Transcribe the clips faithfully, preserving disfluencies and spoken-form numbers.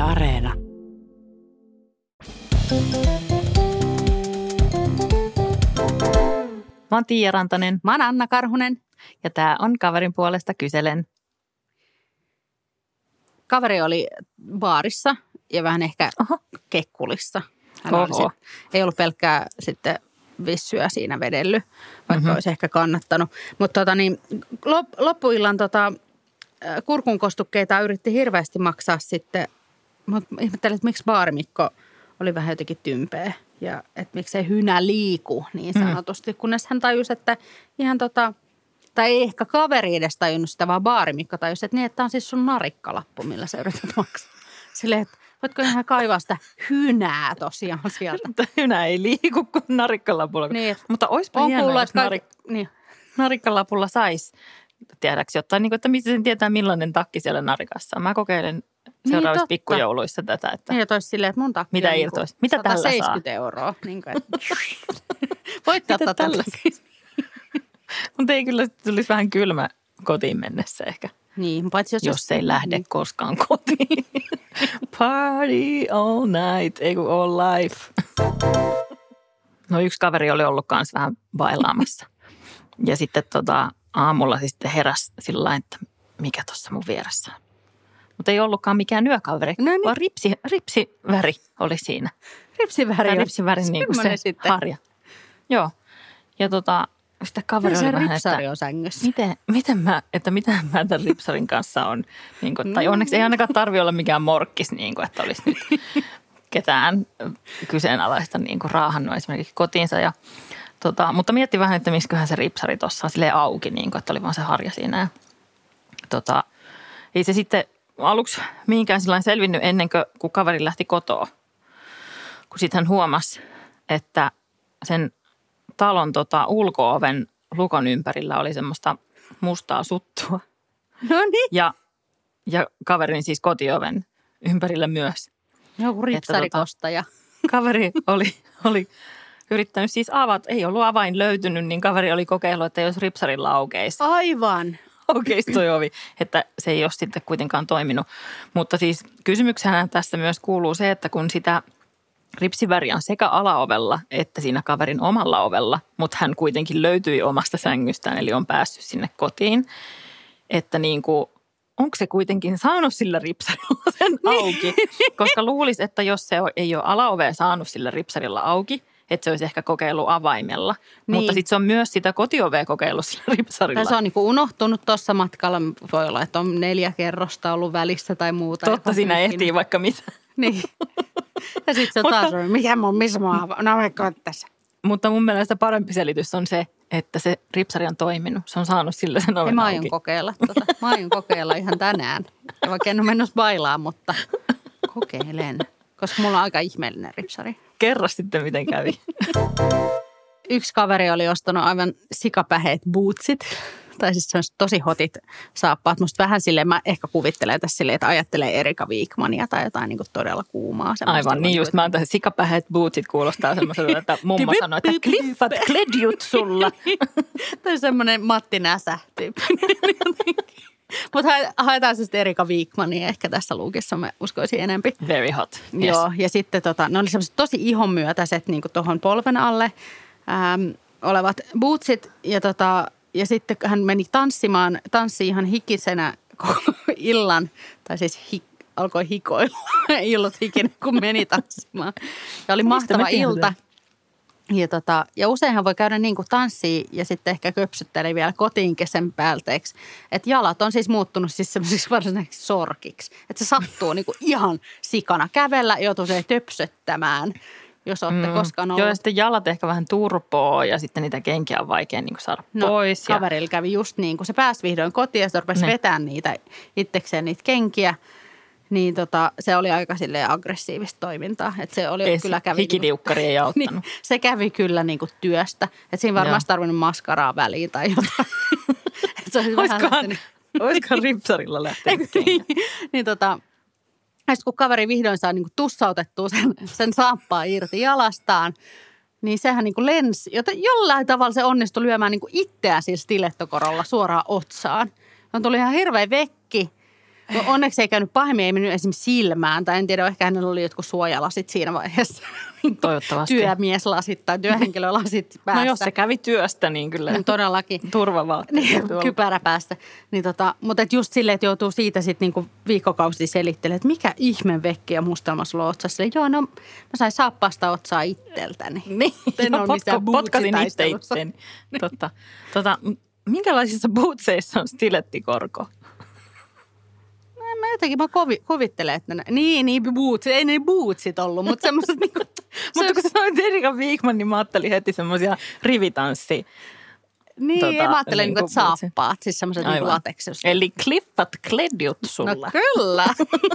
Areena. Mä oon Tiia Rantanen. Mä oon Anna Karhunen. Ja tää on Kaverin puolesta kyselen. Kaveri oli baarissa ja vähän ehkä Oho. kekkulissa. Hän Oho. oli sit, ei ollut pelkkää sitten vissyä siinä vedellyt, vaikka Mm-hmm. olisi ehkä kannattanut. Mutta tota niin, lop, loppuillan tota, kurkunkostukkeita yritti hirveästi maksaa sitten. Mutta ihmettelin, että miksi baarimikko oli vähän jotenkin tympeä ja että miksei hynä liiku niin sanotusti. Mm. Kunnes hän tajusi, että ihan tota, tai ei ehkä kaveri edes tajunnut sitä, vaan baarimikko tajusi, että niin, että tämä on siis sun narikkalappu, millä sä yrität maksaa. Silleen, että voitko ihan kaivaa sitä hynää tosiaan sieltä. Hynä ei liiku kuin narikkalapulla. Niin, Mutta oispa on hienoa, kuullut, jos että narik- kaikki, niin. narikkalapulla saisi tiedäksi jotain, niin kuin, että mistä sen tietää, millainen takki siellä narikassa on. Mä kokeilen seuraavissa totta. pikkujouluissa tätä, että Niin, että olisi silleen, että mun takki mitä on irtoisi? Niin Mitä tällä saa? sata seitsemänkymmentä euroa. Niin kuin, että voitte Mitä ottaa tällä tällä. Mutta ei kyllä tulisi vähän kylmä kotiin mennessä ehkä, Niin, paitsi jos, jos ei lähde koskaan kotiin. Party all night, ei kun all life. No yksi kaveri oli ollut kanssa vähän bailaamassa. Ja sitten tota, aamulla sitten heräsi sillä lailla, että mikä tuossa mun vieressä on. Mutta ei ollutkaan mikään yökaveri, No niin. vaan ripsi, ripsiväri oli siinä. Ripsiväri Tai on ripsiväri niin kuin se semmoinen sitten. harja. Joo. Ja tota, sitten kaveri Kyllä oli se vähän, ripsari että on sängyssä. miten, miten mä, että mitä mä tämän ripsarin kanssa on. Niin kuin, tai Mm. onneksi ei ainakaan tarvitse olla mikään morkkis, niin kuin, että olisi nyt ketään kyseenalaista niin kuin raahannut esimerkiksi kotiinsa. Ja, tota, mutta mietti vähän, että misköhän se ripsari tuossa on silleen auki, niin kuin, että oli vaan se harja siinä. Ja, tota, ei se sitten aluksi mihinkään sillain selvinnyt ennen kuin kun kaveri lähti kotoa. Kun sitten hän huomasi, että sen talon tota, ulko-oven lukon ympärillä oli semmoista mustaa suttua. No niin. Ja, ja kaverin siis kotioven ympärillä myös. Joku ripsarikostaja. Kaveri oli, oli yrittänyt siis avata, ei ollut avain löytynyt, niin kaveri oli kokeillut, että jos ripsarilla aukeisi, Aivan. aukeisi toi ovi, että se ei ole sitten kuitenkaan toiminut. Mutta siis kysymyksenä tässä myös kuuluu se, että kun sitä ripsiväriä on sekä alaovella että siinä kaverin omalla ovella, mutta hän kuitenkin löytyi omasta sängystään, eli on päässyt sinne kotiin, että niin kuin, onko se kuitenkin saanut sillä ripsarilla sen auki, koska luulisi, että jos se ei ole alaovea saanut sillä ripsarilla auki, että se olisi ehkä kokeillut avaimella, niin. Mutta sitten se on myös sitä kotiovea kokeillut sillä ripsarilla. Tai se on niin kuin unohtunut tuossa matkalla, voi olla, että on neljä kerrosta ollut välissä tai muuta. Totta, siinä ehtii vaikka mitä. Niin. Ja sitten se on taas, mikä mun, missä mä oon, no vaikka tässä. Mutta mun mielestä parempi selitys on se, että se ripsari on toiminut. Se on saanut sillä sen oven Mä auki. aion kokeilla tota. Mä aion kokeilla ihan tänään. Ja vaikka en ole mennyt bailaan, mutta kokeilen. Koska mulla on aika ihmeellinen ripsari. Kerro sitten, miten kävi. Yksi kaveri oli ostanut aivan sikapäheet bootsit. Tai siis sellaiset tosi hotit saappaat. Musta vähän silleen, mä ehkä kuvittelen tässä silleen, että ajattelee Erika Wigmania tai jotain niin kuin todella kuumaa. Aivan, niin just mä oon tässä sikapäheet bootsit kuulostaa semmoiselta, että mummo sanoi, että kliffat kledjut sulla. Tai semmoinen Matti Näsä tyyppi. Mutta haetaan se sitten Erika Wigmania ehkä tässä luukissa, mä uskoisin enempi. Very hot. Yes. Joo, ja sitten tota, ne oli semmoiset tosi ihonmyötäiset niin kuin tuohon polven alle äm, olevat bootsit. Ja, tota, ja sitten hän meni tanssimaan, tanssi ihan hikisenä koko illan, tai siis hik, alkoi hikoilla, ei ollut hikinen, kun meni tanssimaan. Ja oli mahtava ilta. Ja, tota, ja useinhan voi käydä niin kuin tanssii ja sitten ehkä köpsyttelee vielä kotiin kesän päälteeksi. Että jalat on siis muuttunut siis semmoisiksi varsinaisiksi sorkiksi. Että se sattuu niin kuin ihan sikana kävellä, joutuu se töpsöttämään, jos olette mm. koskaan ollut. Joo, ja sitten jalat ehkä vähän turpoo ja sitten niitä kenkiä on vaikea niin kuin saada no, pois. Ja kaverilla kävi just niin, kun se pääsi vihdoin kotiin ja se rupesi ne. vetämään niitä itsekseen niitä kenkiä. Niin tota, se oli aika silleen aggressiivista toimintaa. Että se oli ei, kyllä kävi hikidiukkari ei auttanut. Niin, se kävi kyllä niin kuin työstä. Että siinä varmasti tarvinnut maskaraa väliin tai jotain. Se olisi vähän lähtenyt. Olisikohan ripsarilla lähtenyt niin, niin tota, ja kun kaveri vihdoin saa niin kuin tussautettua sen, sen saappaa irti jalastaan, niin sehän niin kuin lensi. Joten jollain tavalla se onnistui lyömään niin kuin itseään sillä stilettokorolla suoraan otsaan. On tuli ihan hirveä vekki. Onneksi ei käynyt pahemmin, ei mennyt esimerkiksi silmään. Tai en tiedä, ehkä hänellä oli jotkut suojalasit siinä vaiheessa. Toivottavasti. Työmieslasit tai työhenkilölasit päässä. No jos se kävi työstä, niin kyllä no, todellakin. Turvavaatteet. Niin, kypärä päästä. Niin tota, mutta et just silleen, että joutuu siitä sitten niinku viikkokausi selittelemään, että mikä ihme vekki ja mustelma sulla on otsassa. Joo, no mä sain saappaasta otsaa itseltäni. Niin, joo, potko, potkasin itse itseni. Totta. Tota, minkälaisissa bootseissa on stilettikorko? Mä jotenkin mä kovi, kuvittelen, että ne, niin, niin boots, ei ne bootsit ollut, mutta semmoiset niinku. Mutta kun sanoit Erika Wigman, niin mä ajattelin heti semmoisia rivitanssi. Niin, tota, mä ajattelen niin niinku saappaat, siis semmoiset niin lateksista. Eli kliffat kledjut sulla. No kyllä.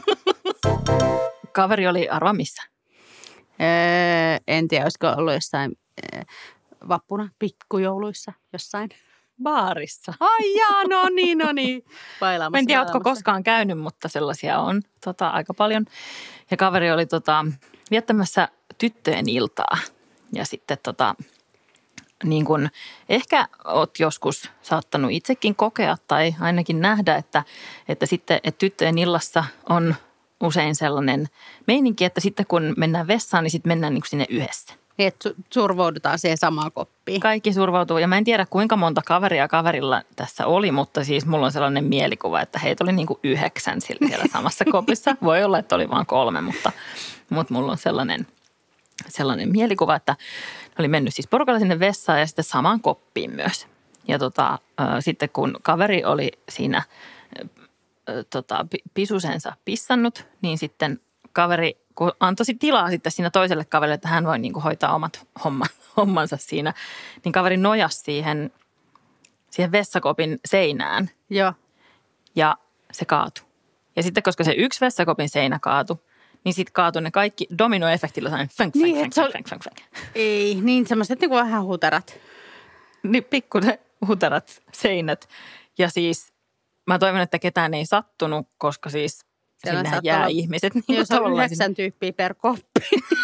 Kaveri oli arva missä? Öö, en tiedä, olisiko ollut jossain öö, vappuna, pikkujouluissa jossain. Baarissa. Ai jaa, no niin, no niin. Mä en tiedä, ootko koskaan käynyt, mutta sellaisia on tota, aika paljon. Ja kaveri oli tota, viettämässä tyttöjen iltaa. Ja sitten tota, niin kun, ehkä oot joskus saattanut itsekin kokea tai ainakin nähdä, että, että sitten että tyttöjen illassa on usein sellainen meininki, että sitten kun mennään vessaan, niin sitten mennään niin kuin sinne yhdessä. Että survoudutaan siihen samaan koppiin. Kaikki survoutuu ja mä en tiedä kuinka monta kaveria kaverilla tässä oli, mutta siis mulla on sellainen mielikuva, että heitä oli niin kuin yhdeksän siellä samassa kopissa. Voi olla, että oli vain kolme, mutta, mutta mulla on sellainen, sellainen mielikuva, että oli mennyt siis porukalla sinne vessaan ja sitten samaan koppiin myös. Ja tota, äh, sitten kun kaveri oli siinä äh, tota, pisusensa pissannut, niin sitten kaveri kun antoi tilaa sitten siinä toiselle kaverille, että hän voi niin kuin hoitaa omat homma, hommansa siinä, niin kaveri nojasi siihen, siihen vessakopin seinään. Joo. Ja se kaatui. Ja sitten koska se yksi vessakopin seinä kaatui, niin sitten kaatui ne kaikki dominoefektillä sain fänk, fänk, niin, fänk, fänk, fänk, fänk. Ei, niin semmoiset niin kuin vähän huterat. Niin pikkuinen huterat seinät. Ja siis mä toivon, että ketään ei sattunut, koska siis sinnehän jää olla, ihmiset. Niin jos on yhdeksän tyyppiä per koppi.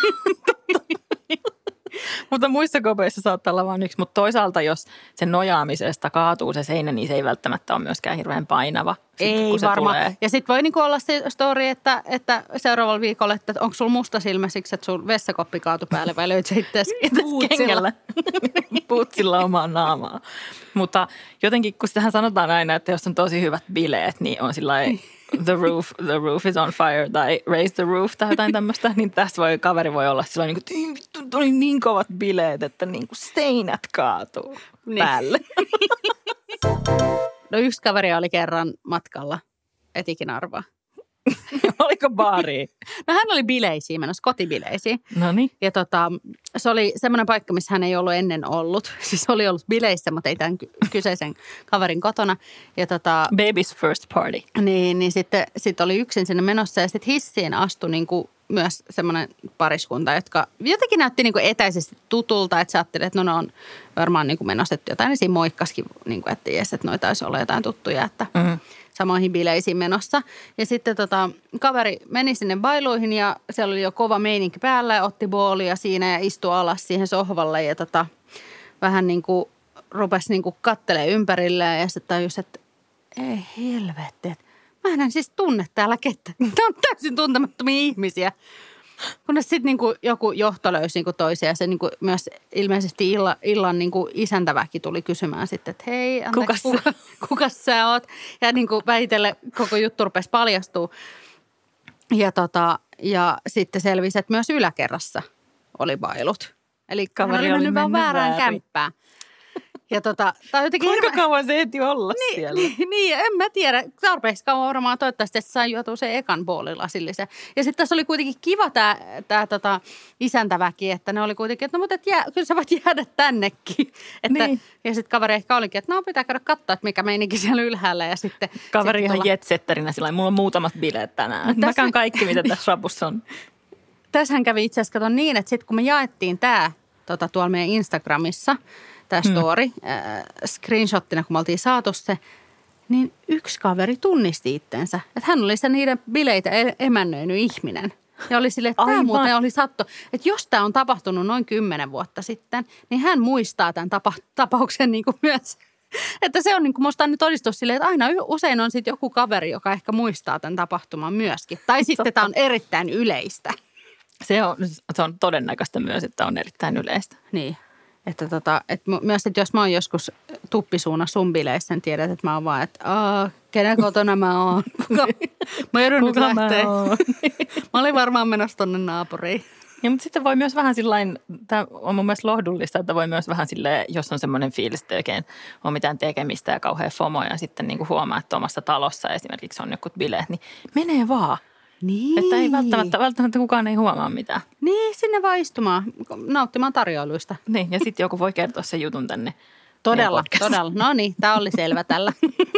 Mutta muissa kopeissa saattaa olla vain yksi. Mutta toisaalta, jos sen nojaamisesta kaatuu se seinä, niin se ei välttämättä ole myöskään hirveän painava. Ei varmaan. Ja sitten voi niinku olla se story, että, että seuraavalla viikolla, että onko sulla musta silmä siksi, että sun vessakoppi kaatui päälle vai löyt sä itseäsi kengällä. Puutsilla omaa naamaa. Mutta jotenkin, kun sitähän sanotaan aina, että jos on tosi hyvät bileet, niin on sillä the roof, the roof is on fire tai raise the roof tai jotain tämmöistä, niin tässä voi, kaveri voi olla sillä niin kuin, vittu, oli niin kovat bileet, että niin kuin seinät kaatuu niin päälle. No yksi kaveri oli kerran matkalla, etikin arvaa. Oliko baari? No hän oli bileisiin menossa, kotibileisiin. No niin. Ja tota, se oli semmoinen paikka, missä hän ei ollut ennen ollut. Siis oli ollut bileissä, mutta ei tämän kyseisen kaverin kotona. Ja tota, Baby's first party. Niin, niin sitten sit oli yksin sinne menossa ja sitten hissiin astui niinku myös semmoinen pariskunta, jotka jotenkin näytti niinku etäisesti tutulta. Että sä ajattelit, että no ne on varmaan niinku menossa jotain, niin siinä moikkaskin, niinku, että jes, että noita taisi olla jotain tuttuja, että mm-hmm. samoihin bileisiin menossa. Ja sitten tota, kaveri meni sinne bailuihin ja siellä oli jo kova meininki päällä ja otti boolia siinä ja istui alas siihen sohvalle ja tota, vähän niin kuin rupesi niin kuin kattelemaan ympärilleen ja sitten tajusi, että ei helvetti, että mä en siis tunne täällä ketään. Nämä on täysin tuntemattomia ihmisiä. Kunnes sitten niinku joku johto löysi niinku toisia ja se niinku myös ilmeisesti illa, illan niinku isäntäväki tuli kysymään sitten, että hei, anteeksi, kuka, kuka, kuka sä oot? Ja niinku väitelle koko juttu rupesi paljastua. Ja, tota, ja sitten selvisi, että myös yläkerrassa oli bailut. Eli kaveri oli mennyt vaan väärään väärin. kämppään. Ja tota, tää on jotenkin kuinka hirveä... kauan se ehti olla niin, siellä? Niin, niin, en mä tiedä. Tarpeeksi kauan varmaan toivottavasti, että sai juotua sen ekan boolilasillisen. Ja sitten tässä oli kuitenkin kiva tämä tää, tota, isäntäväki, että ne oli kuitenkin, että no mutta et jää, kyllä sä voit jäädä tännekin. Että, niin. Ja sitten kaveri ehkä olikin, että no pitää käydä katsoa, että mikä meininki siellä ylhäällä. Ja sitten, kaveri sitten ihan tulla... jetsetterinä sillä mulla on muutamat bileet tänään. Tässä... Mä käyn kaikki, mitä tässä rapussa on. Tässähän kävi itse asiassa kato niin, että sitten kun me jaettiin tämä tota, tuolla meidän Instagramissa, tämä story, hmm. äh, screenshottina, kun me oltiin saatu se, niin yksi kaveri tunnisti itsensä. Että hän oli se niiden bileitä emännöinyt ihminen. Ja oli silleen, että tämä muuten oli sattu. Että jos tämä on tapahtunut noin kymmenen vuotta sitten, niin hän muistaa tämän tapa- tapauksen niin kuin myös Että se on niin kuin musta on nyt todistus silleen, että aina usein on sitten joku kaveri, joka ehkä muistaa tämän tapahtuman myöskin. Tai sitten tämä on erittäin yleistä. Se on, se on todennäköistä myös, että on erittäin yleistä. Niin. Että tota, että myös, että jos mä oon joskus tuppisuuna sun bileissä, niin tiedät, että mä oon vaan, että aah, kenen kotona mä oon? Kuka, mä joudun nyt lähteä. Mä, mä olin varmaan menossa tonne naapuriin. Ja, mutta sitten voi myös vähän sillain, tämä on mun mielestä lohdullista, että voi myös vähän silleen, jos on semmoinen fiilis, että oikein on mitään tekemistä ja kauhean fomo ja sitten niin kuin huomaa, että omassa talossa esimerkiksi on jotkut bileet, niin menee vaan. Niin. Että ei välttämättä, välttämättä kukaan ei huomaa mitään. Niin, sinne vaan istumaan, nauttimaan tarjoiluista. Niin, ja sitten joku voi kertoa sen jutun tänne. Todella, todella. No niin, tämä oli selvä tällä.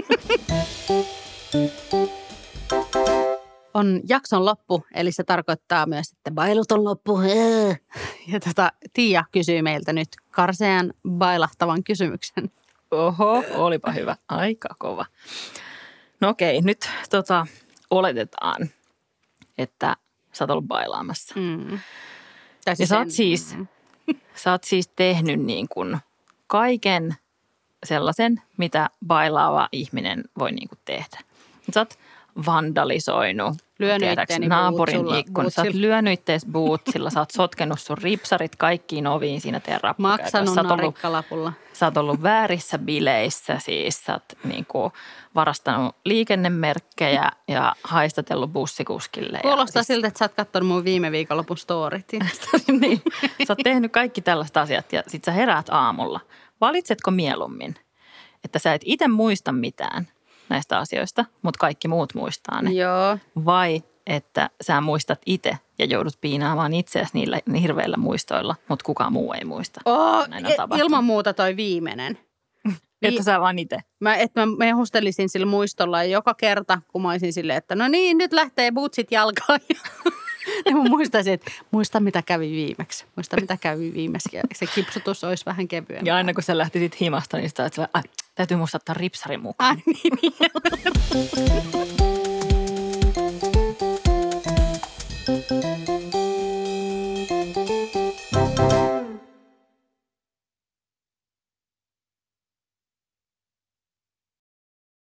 On jakson loppu, eli se tarkoittaa myös, että bailut on loppu. Ja tota, Tiia kysyy meiltä nyt karsean bailahtavan kysymyksen. Oho, olipa hyvä. Aika kova. No okei, nyt tota, oletetaan, että sä oot ollut bailaamassa. Mm. Ja siis sä oot, en, siis, mm. sä oot siis tehnyt niin kuin kaiken sellaisen, mitä bailaava ihminen voi niin kuin tehdä. Sä oot vandalisoinut lyönyt itteeni naapurin ikkun. Sä oot lyönyt ittees bootsilla, sä oot sotkenut sun ripsarit kaikkiin oviin siinä teidän rappukäytössä. Maksanut narikkalapulla. Sä oot ollut väärissä bileissä, siis sä oot niinku varastanut liikennemerkkejä ja haistatellut bussikuskille. Kuulostaa siis, siltä, että sä oot katsonut mun viime viikonlopun storit. niin, sä oot tehnyt kaikki tällaiset asiat ja sit sä heräät aamulla. Valitsetko mieluummin, että sä et itse muista mitään näistä asioista, mutta kaikki muut muistaa ne? Joo. Vai että sä muistat itse ja joudut piinaamaan itseäsi niillä hirveillä muistoilla, mutta kukaan muu ei muista. Oh, ilman muuta toi viimeinen. Että sä vaan itse. Mä, että mä mehustelisin sillä muistolla ja joka kerta, kun mä olisin silleen, että no niin, nyt lähtee bootsit jalkaan. Ja mä muistaisin, että muista mitä kävi viimeksi. Muista mitä kävi viimeksi ja se kipsutus olisi vähän kevyempää. Ja aina kun sä lähtisit himasta, niin sitä, että sä, ai, täytyy muistaa ottaa ripsari mukaan. Ai niin, niin.